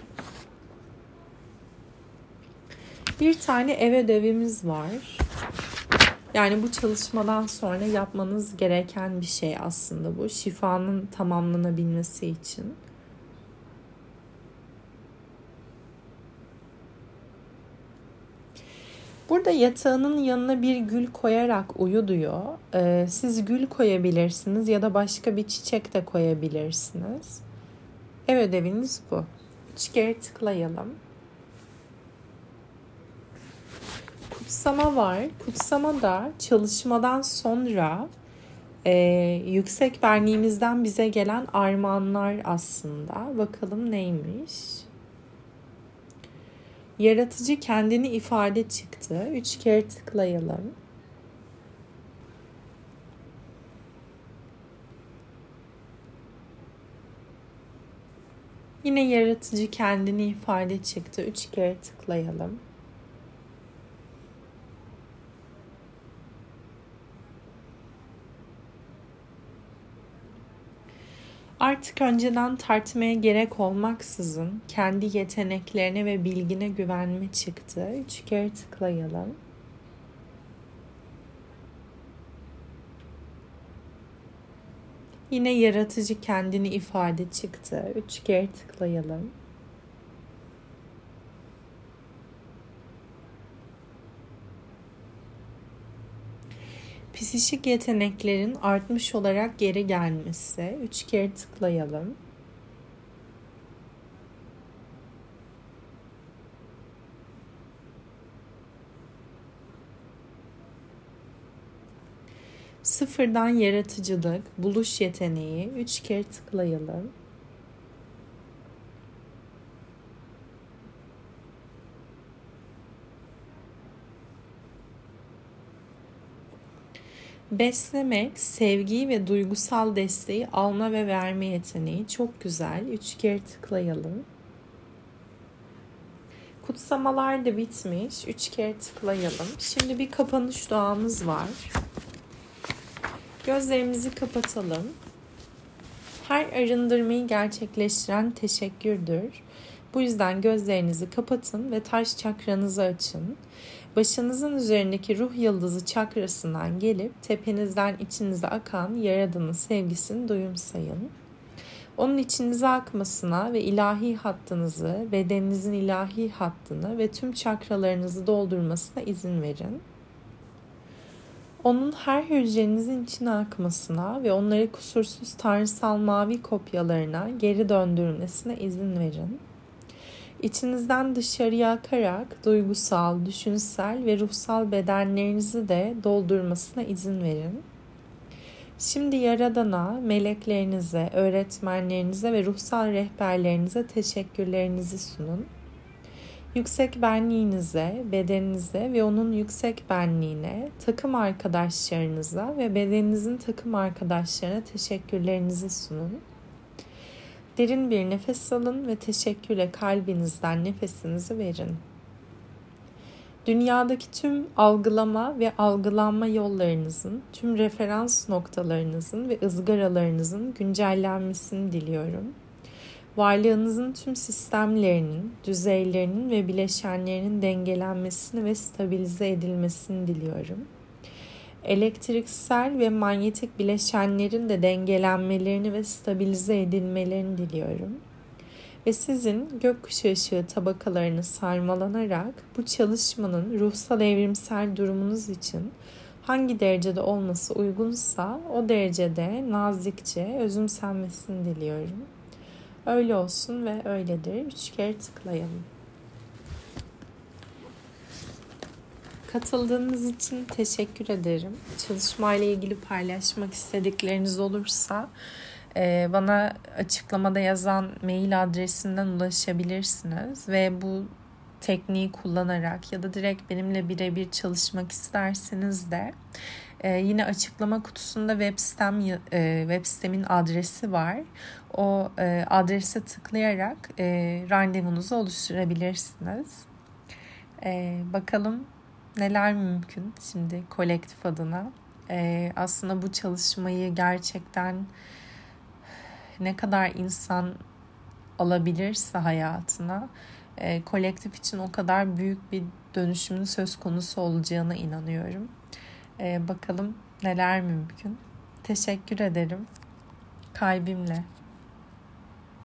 Bir tane ev ödevimiz var. Yani bu çalışmadan sonra yapmanız gereken bir şey aslında bu. Şifanın tamamlanabilmesi için. Burada yatağının yanına bir gül koyarak uyu diyor. Ee, siz gül koyabilirsiniz ya da başka bir çiçek de koyabilirsiniz. Ev ödeviniz bu. Üç kere tıklayalım. Kutsama var. Kutsama da çalışmadan sonra e, yüksek benliğimizden bize gelen armağanlar aslında. Bakalım neymiş? Yaratıcı kendini ifade çıktı. Üç kere tıklayalım. Yine yaratıcı kendini ifade çıktı. Üç kere tıklayalım. Artık önceden tartmaya gerek olmaksızın kendi yeteneklerine ve bilgine güvenme çıktı. Üç kere tıklayalım. Yine yaratıcı kendini ifade çıktı. Üç kere tıklayalım. Psişik yeteneklerin artmış olarak geri gelmesi. Üç kere tıklayalım. Sıfırdan yaratıcılık, buluş yeteneği. Üç kere tıklayalım. Beslemek, sevgi ve duygusal desteği alma ve verme yeteneği. Çok güzel. Üç kere tıklayalım. Kutsamalar da bitmiş. Üç kere tıklayalım. Şimdi bir kapanış duamız var. Gözlerimizi kapatalım. Her arındırmayı gerçekleştiren teşekkürdür. Bu yüzden gözlerinizi kapatın ve taş çakranızı açın. Başınızın üzerindeki ruh yıldızı çakrasından gelip tepenizden içinize akan Yaradan'ın sevgisini duyumsayın. Onun içinize akmasına ve ilahi hattınızı, bedeninizin ilahi hattını ve tüm çakralarınızı doldurmasına izin verin. Onun her hücrenizin içine akmasına ve onları kusursuz tanrısal mavi kopyalarına geri döndürmesine izin verin. İçinizden dışarıya akarak duygusal, düşünsel ve ruhsal bedenlerinizi de doldurmasına izin verin. Şimdi Yaradan'a, meleklerinize, öğretmenlerinize ve ruhsal rehberlerinize teşekkürlerinizi sunun. Yüksek benliğinize, bedeninize ve onun yüksek benliğine, takım arkadaşlarınıza ve bedeninizin takım arkadaşlarına teşekkürlerinizi sunun. Derin bir nefes alın ve teşekkürle kalbinizden nefesinizi verin. Dünyadaki tüm algılama ve algılanma yollarınızın, tüm referans noktalarınızın ve ızgaralarınızın güncellenmesini diliyorum. Varlığınızın tüm sistemlerinin, düzeylerinin ve bileşenlerinin dengelenmesini ve stabilize edilmesini diliyorum. Elektriksel ve manyetik bileşenlerin de dengelenmelerini ve stabilize edilmelerini diliyorum. Ve sizin gökkuşağı ışığı tabakalarını sarmalanarak bu çalışmanın ruhsal evrimsel durumunuz için hangi derecede olması uygunsa o derecede nazikçe özümsenmesini diliyorum. Öyle olsun ve öyledir. Üç kere tıklayalım. Katıldığınız için teşekkür ederim. Çalışmayla ilgili paylaşmak istedikleriniz olursa bana açıklamada yazan mail adresinden ulaşabilirsiniz ve bu tekniği kullanarak ya da direkt benimle birebir çalışmak isterseniz de e, yine açıklama kutusunda web sitem e, web sitemin adresi var. O e, adrese tıklayarak e, randevunuzu oluşturabilirsiniz. E, bakalım neler mümkün şimdi kolektif adına. E, aslında bu çalışmayı gerçekten ne kadar insan alabilirse hayatına, e, kolektif için o kadar büyük bir dönüşümün söz konusu olacağına inanıyorum. E, bakalım neler mümkün. Teşekkür ederim. Kalbimle.